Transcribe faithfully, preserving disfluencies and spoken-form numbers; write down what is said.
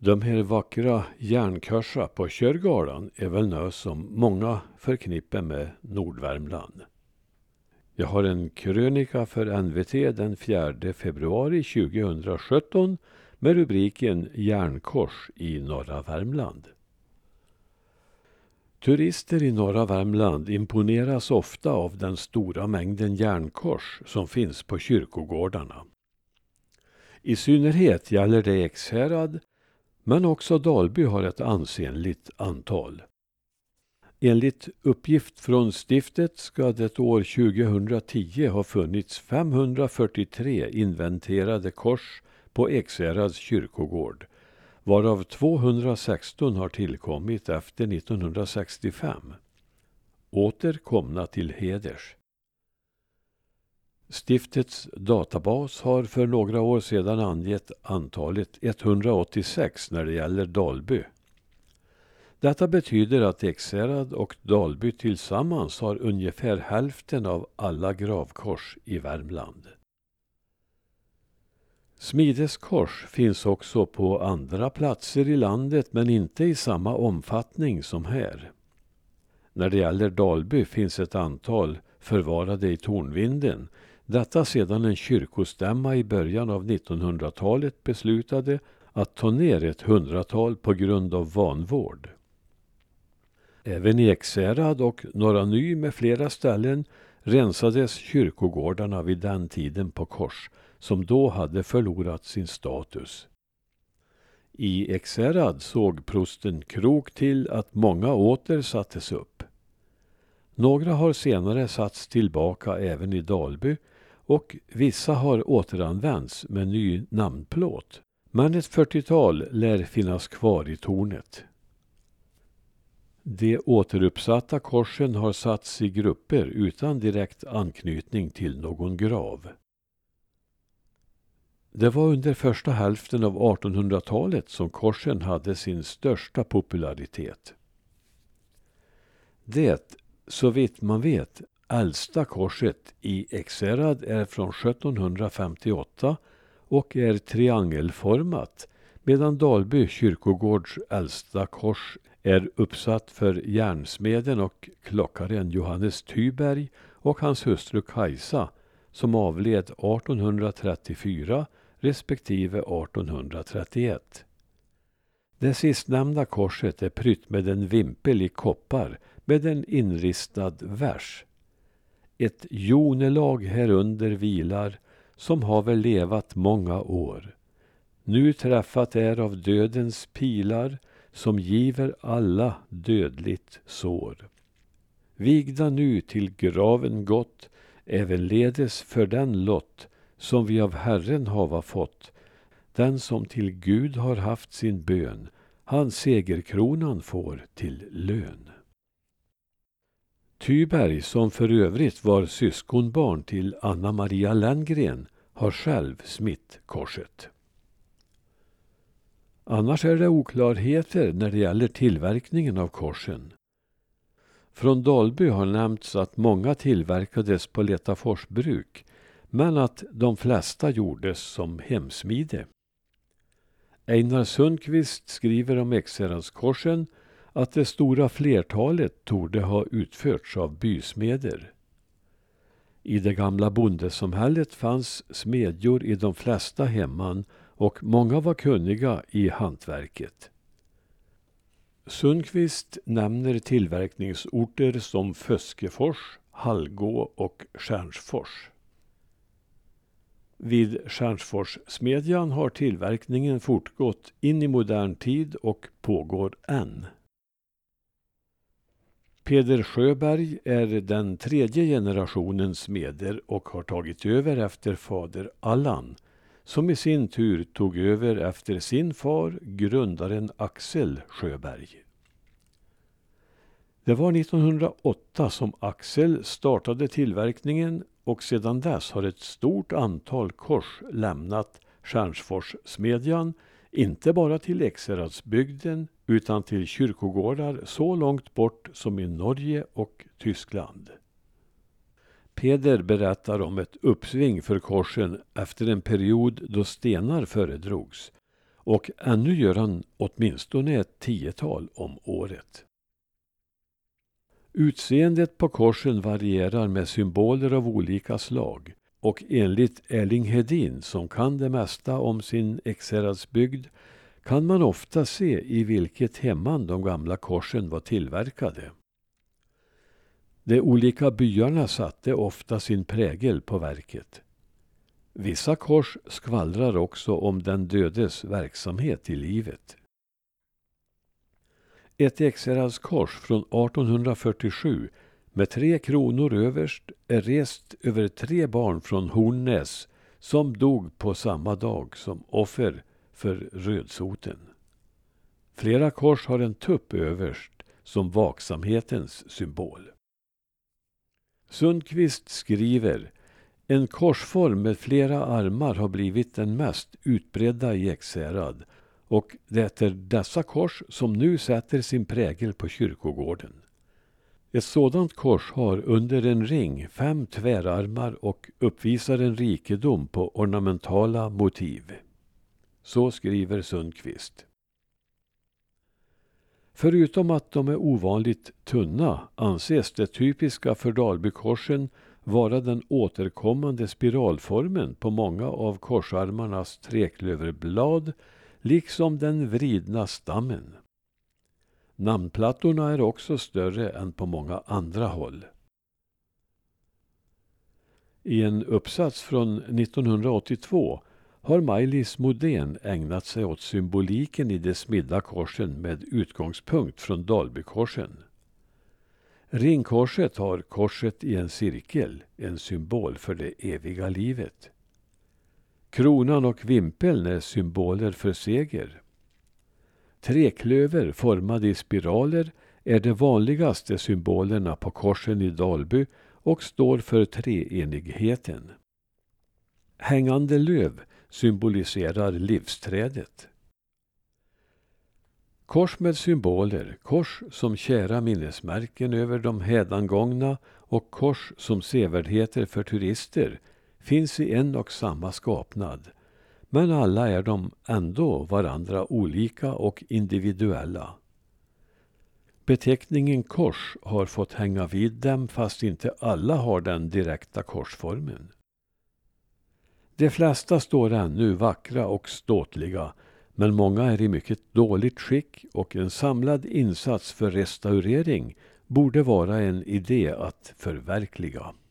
De här vackra järnkursa på Körgalan är väl något som många förknippar med Nordvärmland. Jag har en krönika för N V T den fjärde februari tjugohundrasjutton med rubriken Järnkors i norra Värmland. Turister i norra Värmland imponeras ofta av den stora mängden järnkors som finns på kyrkogårdarna. I synnerhet gäller det Ekshärad, men också Dalby har ett ansenligt antal. Enligt uppgift från stiftet ska det år tjugohundratio ha funnits femhundrafyrtiotre inventerade kors på Ekshärads kyrkogård, varav tvåhundrasexton har tillkommit efter nittonhundrasextiofem. Åter komna till heders. Stiftets databas har för några år sedan angett antalet etthundraåttiosex när det gäller Dalby. Detta betyder att Ekshärad och Dalby tillsammans har ungefär hälften av alla gravkors i Värmland. Smideskors finns också på andra platser i landet men inte i samma omfattning som här. När det gäller Dalby finns ett antal förvarade i Tornvinden. Detta sedan en kyrkostämma i början av nittonhundratalet beslutade att ta ner ett hundratal på grund av vanvård. Även i Ekshärad och Norra Ny med flera ställen rensades kyrkogårdarna vid den tiden på kors som då hade förlorat sin status. I Ekshärad såg prosten Krok till att många åter sattes upp. Några har senare satts tillbaka även i Dalby och vissa har återanvänts med ny namnplåt. Men ett fyrtiotal lär finnas kvar i tornet. De återuppsatta korsen har satts i grupper utan direkt anknytning till någon grav. Det var under första hälften av artonhundratalet som korsen hade sin största popularitet. Det, så vitt man vet, äldsta korset i Ekshärad är från sjuttonhundrafemtioåtta och är triangelformat, medan Dalby kyrkogårds äldsta kors är uppsatt för järnsmeden och klockaren Johannes Tyberg och hans hustru Kajsa som avled artonhundratrettiofyra respektive artonhundratrettioett. Det sistnämnda korset är prytt med en vimpel i koppar med en inristad vers. Ett jonelag härunder vilar som haver levat många år. Nu träffat är av dödens pilar som giver alla dödligt sår. Vigda nu till graven gott, ävenledes för den lott som vi av Herren hava fått. Den som till Gud har haft sin bön, han segerkronan får till lön. Tyberg, som för övrigt var syskonbarn till Anna Maria Lenngren, har själv smitt korset. Annars är det oklarheter när det gäller tillverkningen av korsen. Från Dalby har nämnts att många tillverkades på Letafors bruk, men att de flesta gjordes som hemsmide. Einar Sundqvist skriver om Ekshäradskorsen att det stora flertalet torde ha utförts av bysmeder. I det gamla bondesamhället fanns smedjor i de flesta hemman och många var kunniga i hantverket. Sundqvist nämner tillverkningsorter som Föskefors, Hallgå och Stjärnsfors. Vid Stjärnsforssmedjan har tillverkningen fortgått in i modern tid och pågår än. Peder Sjöberg är den tredje generationens smeder och har tagit över efter fader Allan, som i sin tur tog över efter sin far, grundaren Axel Sjöberg. Det var nittonhundraåtta som Axel startade tillverkningen och sedan dess har ett stort antal kors lämnat Stjärnsforssmedjan, inte bara till Ekshäradsbygden utan till kyrkogårdar så långt bort som i Norge och Tyskland. Peder berättar om ett uppsving för korsen efter en period då stenar föredrogs och ännu gör han åtminstone ett tiotal om året. Utseendet på korsen varierar med symboler av olika slag, och enligt Erling Hedin, som kan det mesta om sin Ekshäradsbygd, kan man ofta se i vilket hemman de gamla korsen var tillverkade. De olika byarna satte ofta sin prägel på verket. Vissa kors skvallrar också om den dödes verksamhet i livet. Ett Ekshäradskors från artonhundrafyrtiosju med tre kronor överst är rest över tre barn från Hornnäs som dog på samma dag som offer för rödsoten. Flera kors har en tupp överst som vaksamhetens symbol. Sundqvist skriver: en korsform med flera armar har blivit den mest utbredda i Ekshärad, och det är dessa kors som nu sätter sin prägel på kyrkogården. Ett sådant kors har under en ring fem tvärarmar och uppvisar en rikedom på ornamentala motiv. Så skriver Sundqvist. Förutom att de är ovanligt tunna anses det typiska för Dalbykorsen vara den återkommande spiralformen på många av korsarmarnas treklöverblad, liksom den vridna stammen. Namnplattorna är också större än på många andra håll. I en uppsats från nittonhundraåttiotvå har Maj-Lis Modén ägnat sig åt symboliken i de smidda korsen med utgångspunkt från Dalbykorsen. Ringkorset har korset i en cirkel, en symbol för det eviga livet. Kronan och vimpeln är symboler för seger. Treklöver formade i spiraler är de vanligaste symbolerna på korsen i Dalby och står för treenigheten. Hängande löv symboliserar livsträdet. Kors med symboler, kors som kära minnesmärken över de hädangångna och kors som sevärdheter för turister finns i en och samma skapnad. Men alla är de ändå varandra olika och individuella. Beteckningen kors har fått hänga vid dem fast inte alla har den direkta korsformen. De flesta står ännu vackra och ståtliga, men många är i mycket dåligt skick och en samlad insats för restaurering borde vara en idé att förverkliga.